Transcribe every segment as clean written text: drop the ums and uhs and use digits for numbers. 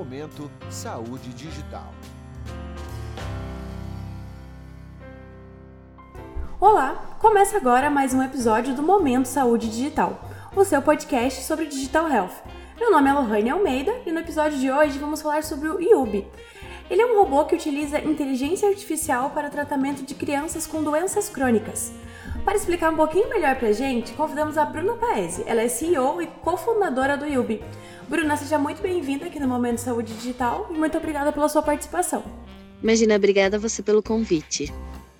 Momento Saúde Digital. Olá! Começa agora mais um episódio do Momento Saúde Digital, o seu podcast sobre Digital Health. Meu nome é Lohane Almeida e no episódio de hoje vamos falar sobre o Yubi. Ele é um robô que utiliza inteligência artificial para o tratamento de crianças com doenças crônicas. Para explicar um pouquinho melhor pra gente, convidamos a Bruna Paese. Ela é CEO e cofundadora do Yubi. Bruna, seja muito bem-vinda aqui no Momento Saúde Digital e muito obrigada pela sua participação. Imagina, obrigada a você pelo convite.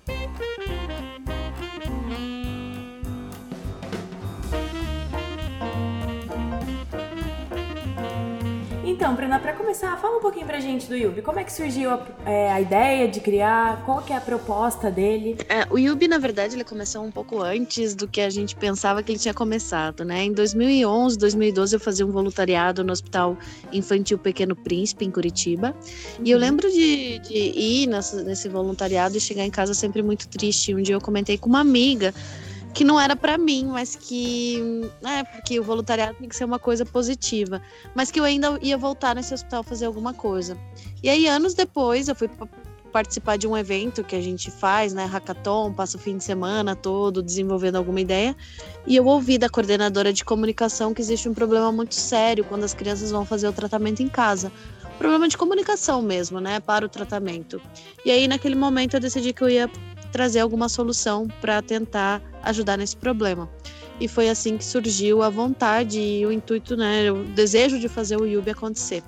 Então, Bruna, para começar, fala um pouquinho pra gente do Yubi. Como é que surgiu a ideia de criar? Qual que é a proposta dele? O Yubi, na verdade, ele começou um pouco antes do que a gente pensava que ele tinha começado, né? Em 2011, 2012, eu fazia um voluntariado no Hospital Infantil Pequeno Príncipe, em Curitiba. E eu lembro de ir nesse voluntariado e chegar em casa sempre muito triste. Um dia eu comentei com uma amiga que não era pra mim, mas que, porque o voluntariado tem que ser uma coisa positiva, mas que eu ainda ia voltar nesse hospital fazer alguma coisa. E aí, anos depois, eu fui participar de um evento que a gente faz, né, hackathon, passa o fim de semana todo desenvolvendo alguma ideia, e eu ouvi da coordenadora de comunicação que existe um problema muito sério quando as crianças vão fazer o tratamento em casa. Problema de comunicação mesmo, né, para o tratamento. E aí, naquele momento, eu decidi que eu ia trazer alguma solução para tentar ajudar nesse problema. E foi assim que surgiu a vontade e o intuito, né, o desejo de fazer o Yubi acontecer.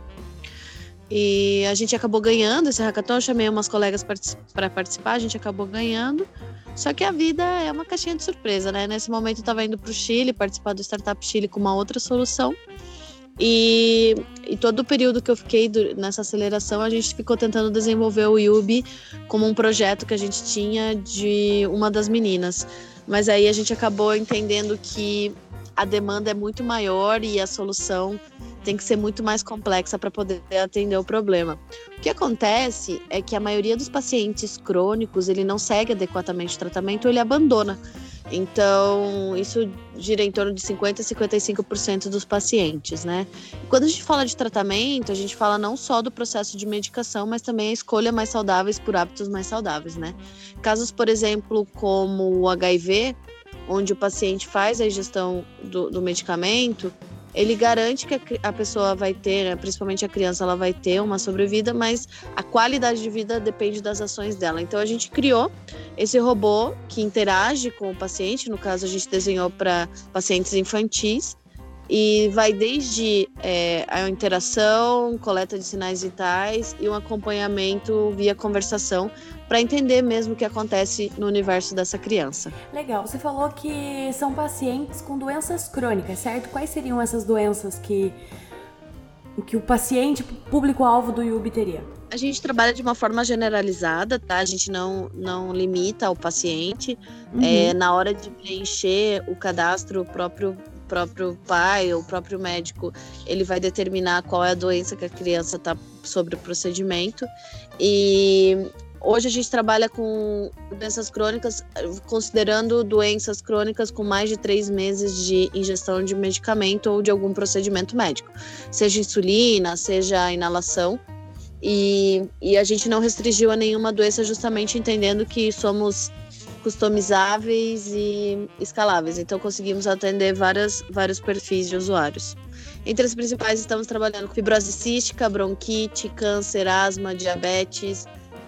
E a gente acabou ganhando esse hackathon, eu chamei umas colegas para participar, a gente acabou ganhando. Só que a vida é uma caixinha de surpresa, né? Nesse momento eu estava indo para o Chile, participar do Startup Chile com uma outra solução. E todo o período que eu fiquei nessa aceleração, a gente ficou tentando desenvolver o Yubi como um projeto que a gente tinha de uma das meninas. Mas aí a gente acabou entendendo que a demanda é muito maior e a solução tem que ser muito mais complexa para poder atender o problema. O que acontece é que a maioria dos pacientes crônicos, ele não segue adequadamente o tratamento ou ele abandona. Então, isso gira em torno de 50% a 55% dos pacientes, né? E quando a gente fala de tratamento, a gente fala não só do processo de medicação, mas também a escolha mais saudáveis por hábitos mais saudáveis, né? Casos, por exemplo, como o HIV, onde o paciente faz a ingestão do medicamento, ele garante que a pessoa vai ter, né, principalmente a criança, ela vai ter uma sobrevida, mas a qualidade de vida depende das ações dela. Então a gente criou esse robô que interage com o paciente, no caso a gente desenhou para pacientes infantis, e vai desde a interação, coleta de sinais vitais e um acompanhamento via conversação para entender mesmo o que acontece no universo dessa criança. Legal, você falou que são pacientes com doenças crônicas, certo? Quais seriam essas doenças que o paciente, público-alvo do Yubi teria? A gente trabalha de uma forma generalizada, tá? A gente não limita ao paciente. Na hora de preencher o cadastro, o próprio pai ou o próprio médico, ele vai determinar qual é a doença que a criança está sobre o procedimento. E hoje a gente trabalha com doenças crônicas, considerando doenças crônicas com mais de 3 meses de ingestão de medicamento ou de algum procedimento médico, seja insulina, seja inalação. E a gente não restringiu a nenhuma doença, justamente entendendo que somos customizáveis e escaláveis, então conseguimos atender vários perfis de usuários. Entre as principais estamos trabalhando com fibrose cística, bronquite, câncer, asma, diabetes,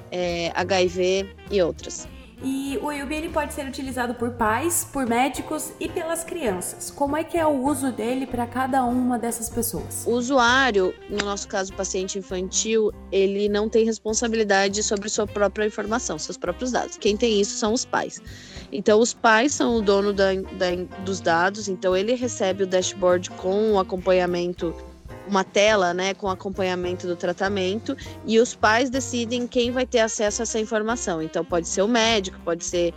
HIV e outras. E o Yubi, ele pode ser utilizado por pais, por médicos e pelas crianças. Como é que é o uso dele para cada uma dessas pessoas? O usuário, no nosso caso o paciente infantil, ele não tem responsabilidade sobre sua própria informação, seus próprios dados. Quem tem isso são os pais. Então os pais são o dono dos dados, então ele recebe o dashboard com o acompanhamento, uma tela, né, com acompanhamento do tratamento, e os pais decidem quem vai ter acesso a essa informação. Então pode ser o médico, pode ser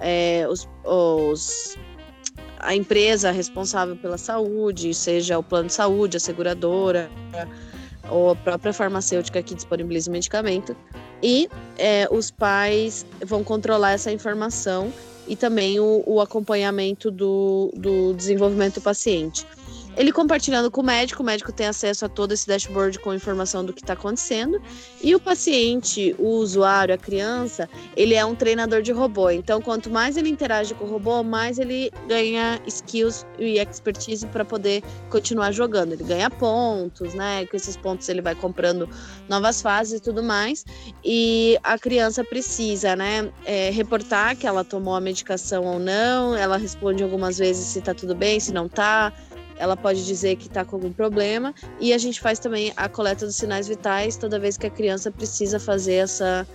a empresa responsável pela saúde, seja o plano de saúde, a seguradora, ou a própria farmacêutica que disponibiliza o medicamento. E os pais vão controlar essa informação e também o acompanhamento do desenvolvimento do paciente. Ele compartilhando com o médico tem acesso a todo esse dashboard com informação do que está acontecendo. E o paciente, o usuário, a criança, ele é um treinador de robô. Então, quanto mais ele interage com o robô, mais ele ganha skills e expertise para poder continuar jogando. Ele ganha pontos, né? Com esses pontos ele vai comprando novas fases e tudo mais. E a criança precisa, né, reportar que ela tomou a medicação ou não. Ela responde algumas vezes se está tudo bem, se não está. Ela pode dizer que está com algum problema, e a gente faz também a coleta dos sinais vitais toda vez que a criança precisa fazer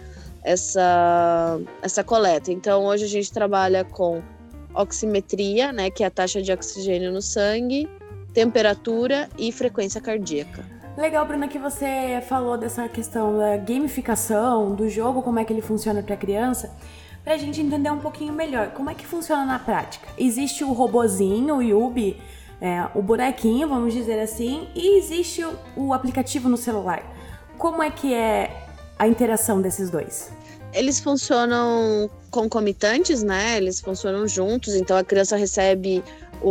essa coleta. Então, hoje a gente trabalha com oximetria, né, que é a taxa de oxigênio no sangue, temperatura e frequência cardíaca. Legal, Bruna, que você falou dessa questão da gamificação, do jogo, como é que ele funciona para a criança, para a gente entender um pouquinho melhor como é que funciona na prática. Existe o robozinho, o Yubi, o bonequinho, vamos dizer assim, e existe o aplicativo no celular. Como é que é a interação desses dois? Eles funcionam concomitantes, né? Eles funcionam juntos, então a criança recebe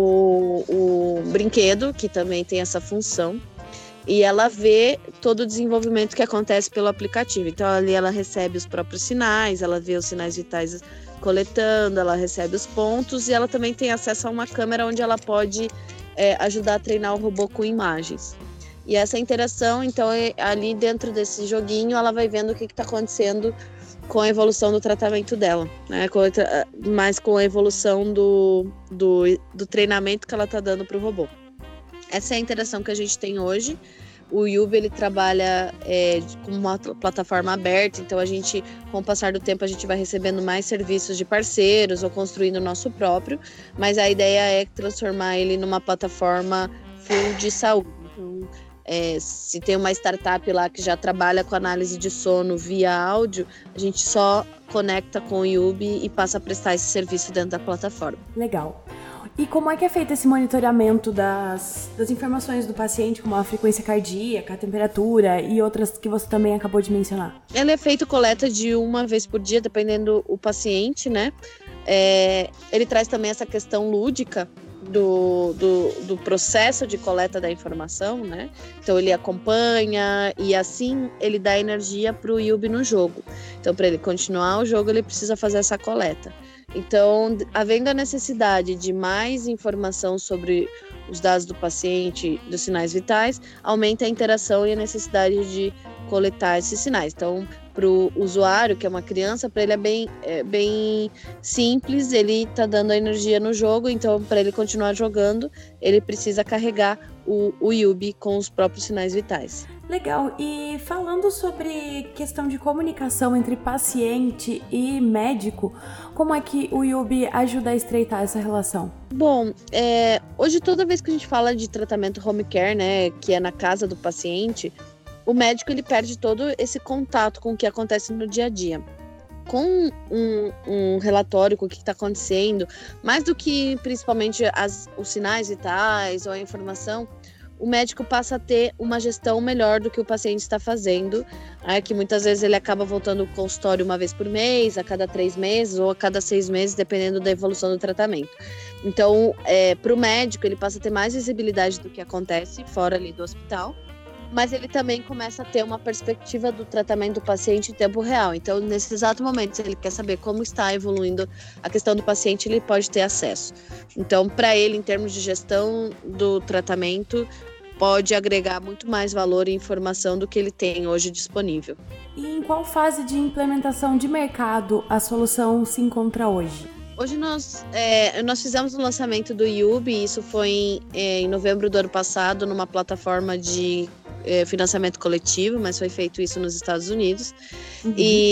o brinquedo, que também tem essa função, e ela vê todo o desenvolvimento que acontece pelo aplicativo. Então ali ela recebe os próprios sinais, ela vê os sinais vitais coletando, ela recebe os pontos, e ela também tem acesso a uma câmera onde ela pode ajudar a treinar o robô com imagens. E essa interação, então, ali dentro desse joguinho, ela vai vendo o que está acontecendo com a evolução do tratamento dela, né? Mais com a evolução do treinamento que ela está dando para o robô. Essa é a interação que a gente tem hoje. O Yubi, ele trabalha com uma plataforma aberta, então a gente, com o passar do tempo, a gente vai recebendo mais serviços de parceiros ou construindo o nosso próprio, mas a ideia é transformar ele numa plataforma full de saúde. Então, se tem uma startup lá que já trabalha com análise de sono via áudio, a gente só conecta com o Yubi e passa a prestar esse serviço dentro da plataforma. Legal. E como é que é feito esse monitoramento das informações do paciente, como a frequência cardíaca, a temperatura e outras que você também acabou de mencionar? Ele é feito coleta de uma vez por dia, dependendo do paciente, né? Ele traz também essa questão lúdica do processo de coleta da informação, né? Então ele acompanha e assim ele dá energia para o Yubi no jogo. Então, para ele continuar o jogo, ele precisa fazer essa coleta. Então, havendo a necessidade de mais informação sobre os dados do paciente, dos sinais vitais, aumenta a interação e a necessidade de coletar esses sinais. Então, para o usuário, que é uma criança, para ele é bem simples, ele está dando a energia no jogo, então para ele continuar jogando, ele precisa carregar o Yubi com os próprios sinais vitais. Legal, e falando sobre questão de comunicação entre paciente e médico, como é que o Yubi ajuda a estreitar essa relação? Bom, hoje toda vez que a gente fala de tratamento home care, né, que é na casa do paciente, o médico ele perde todo esse contato com o que acontece no dia a dia. Com um relatório com o que está acontecendo, mais do que principalmente os sinais vitais ou a informação, o médico passa a ter uma gestão melhor do que o paciente está fazendo, que muitas vezes ele acaba voltando ao consultório uma vez por mês, a cada 3 meses ou a cada 6 meses, dependendo da evolução do tratamento. Então, para o médico, ele passa a ter mais visibilidade do que acontece fora ali do hospital, mas ele também começa a ter uma perspectiva do tratamento do paciente em tempo real. Então, nesse exato momento, se ele quer saber como está evoluindo a questão do paciente, ele pode ter acesso. Então, para ele, em termos de gestão do tratamento, pode agregar muito mais valor e informação do que ele tem hoje disponível. E em qual fase de implementação de mercado a solução se encontra hoje? Hoje nós fizemos o lançamento do Yubi, isso foi em novembro do ano passado, numa plataforma de financiamento coletivo, mas foi feito isso nos Estados Unidos. Uhum.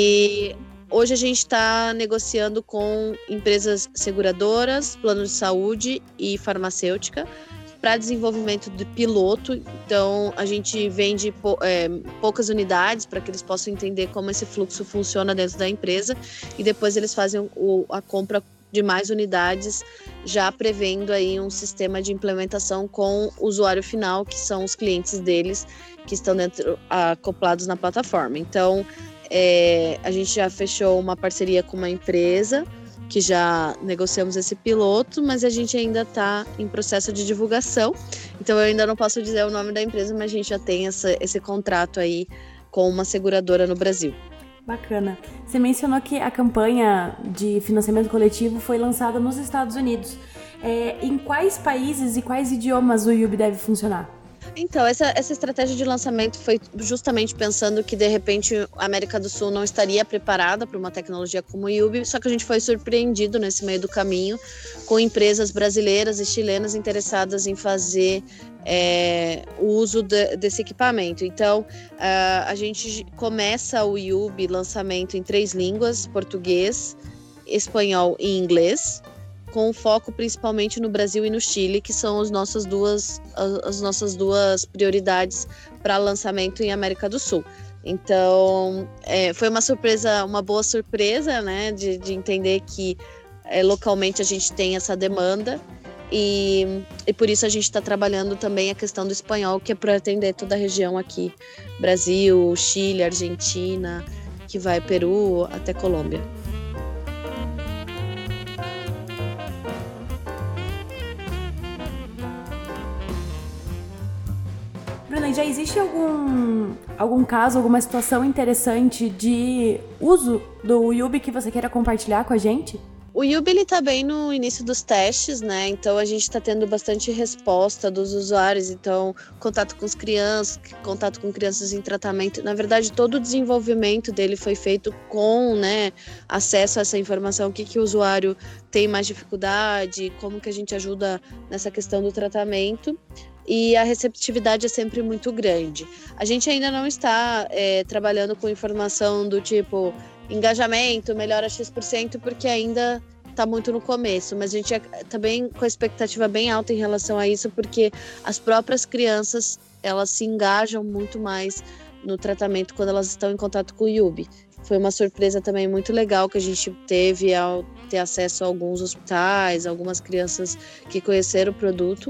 E hoje a gente está negociando com empresas seguradoras, plano de saúde e farmacêutica para desenvolvimento de piloto. Então a gente vende poucas unidades para que eles possam entender como esse fluxo funciona dentro da empresa e depois eles fazem a compra de mais unidades, já prevendo aí um sistema de implementação com o usuário final, que são os clientes deles, que estão acoplados na plataforma. Então, a gente já fechou uma parceria com uma empresa que já negociamos esse piloto, mas a gente ainda está em processo de divulgação. Então eu ainda não posso dizer o nome da empresa, mas a gente já tem esse contrato aí com uma seguradora no Brasil. Bacana. Você mencionou que a campanha de financiamento coletivo foi lançada nos Estados Unidos. Em quais países e quais idiomas o IUB deve funcionar? Então, essa estratégia de lançamento foi justamente pensando que, de repente, a América do Sul não estaria preparada para uma tecnologia como o IUB, só que a gente foi surpreendido nesse meio do caminho com empresas brasileiras e chilenas interessadas em fazer o uso desse equipamento. Então, a gente começa o IUB lançamento em 3 línguas, português, espanhol e inglês, com foco principalmente no Brasil e no Chile, que são as nossas duas prioridades para lançamento em América do Sul. Então, foi uma boa surpresa, né, de entender que localmente a gente tem essa demanda e por isso a gente está trabalhando também a questão do espanhol, que é para atender toda a região aqui, Brasil, Chile, Argentina, que vai Peru até Colômbia. Bruna, já existe algum caso, alguma situação interessante de uso do IUB que você queira compartilhar com a gente? O IUB está bem no início dos testes, né? Então a gente está tendo bastante resposta dos usuários. Então, contato com as crianças, contato com crianças em tratamento. Na verdade, todo o desenvolvimento dele foi feito com, né, acesso a essa informação, o que o usuário tem mais dificuldade, como que a gente ajuda nessa questão do tratamento. E a receptividade é sempre muito grande. A gente ainda não está trabalhando com informação do tipo engajamento, melhora X%, porque ainda está muito no começo, mas a gente está bem com a expectativa bem alta em relação a isso, porque as próprias crianças, elas se engajam muito mais no tratamento quando elas estão em contato com o IUB. Foi uma surpresa também muito legal que a gente teve ao ter acesso a alguns hospitais, algumas crianças que conheceram o produto,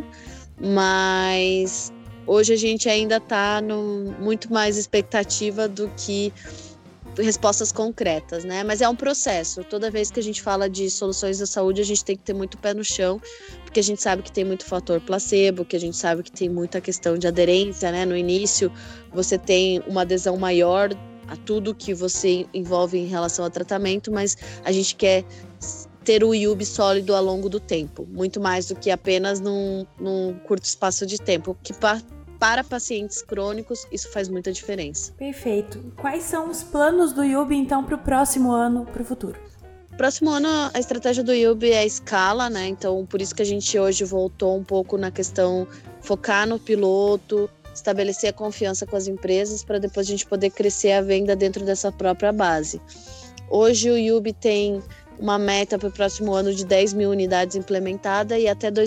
mas hoje a gente ainda está muito mais expectativa do que respostas concretas, né? Mas é um processo. Toda vez que a gente fala de soluções da saúde, a gente tem que ter muito pé no chão, porque a gente sabe que tem muito fator placebo, que a gente sabe que tem muita questão de aderência, né? No início, você tem uma adesão maior a tudo que você envolve em relação ao tratamento, mas a gente quer ter o IUB sólido ao longo do tempo, muito mais do que apenas num curto espaço de tempo, que para pacientes crônicos, isso faz muita diferença. Perfeito. Quais são os planos do IUB, então, para o próximo ano, para o futuro? Próximo ano, a estratégia do IUB é a escala, né? Então, por isso que a gente hoje voltou um pouco na questão focar no piloto, estabelecer a confiança com as empresas, para depois a gente poder crescer a venda dentro dessa própria base. Hoje, o IUB tem uma meta para o próximo ano de 10 mil unidades implementadas e até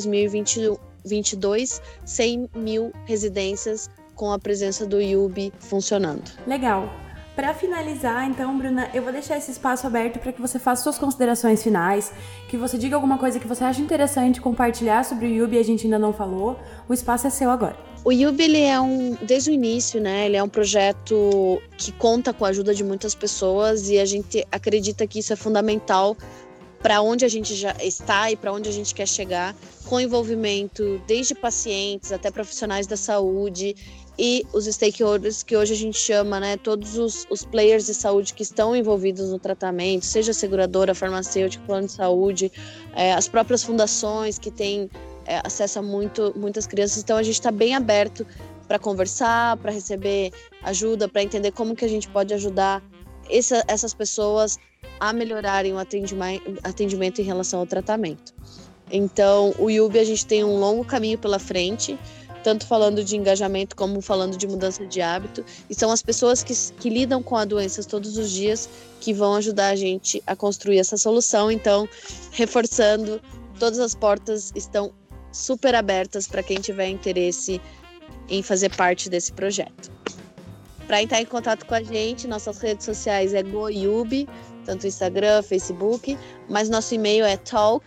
2022, 100 mil residências com a presença do IUB funcionando. Legal. Para finalizar, então, Bruna, eu vou deixar esse espaço aberto para que você faça suas considerações finais, que você diga alguma coisa que você acha interessante compartilhar sobre o IUB e a gente ainda não falou. O espaço é seu agora. O IUB, ele é desde o início, né? Ele é um projeto que conta com a ajuda de muitas pessoas e a gente acredita que isso é fundamental para onde a gente já está e para onde a gente quer chegar, com envolvimento desde pacientes até profissionais da saúde e os stakeholders, que hoje a gente chama, né, todos os players de saúde que estão envolvidos no tratamento, seja a seguradora, farmacêutica, plano de saúde, as próprias fundações que têm acesso a muitas crianças. Então a gente está bem aberto para conversar, para receber ajuda, para entender como que a gente pode ajudar essas pessoas a melhorarem o atendimento em relação ao tratamento. Então, o IUB, a gente tem um longo caminho pela frente, tanto falando de engajamento como falando de mudança de hábito, e são as pessoas que lidam com a doença todos os dias que vão ajudar a gente a construir essa solução. Então, reforçando, todas as portas estão super abertas para quem tiver interesse em fazer parte desse projeto. Para entrar em contato com a gente, nossas redes sociais é GoIUB, tanto Instagram, Facebook, mas nosso e-mail é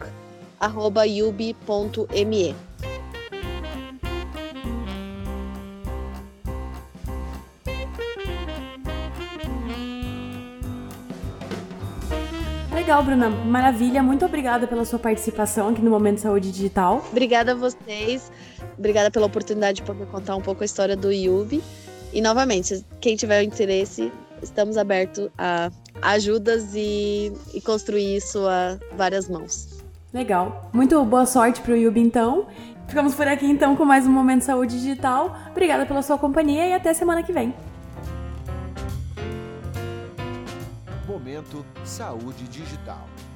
talk@iub.me. Legal, Bruna. Maravilha. Muito obrigada pela sua participação aqui no Momento Saúde Digital. Obrigada a vocês. Obrigada pela oportunidade de poder contar um pouco a história do IUB. E, novamente, quem tiver interesse, estamos abertos a ajudas e construir isso a várias mãos. Legal. Muito boa sorte para o IUB, então. Ficamos por aqui, então, com mais um Momento Saúde Digital. Obrigada pela sua companhia e até semana que vem. Momento Saúde Digital.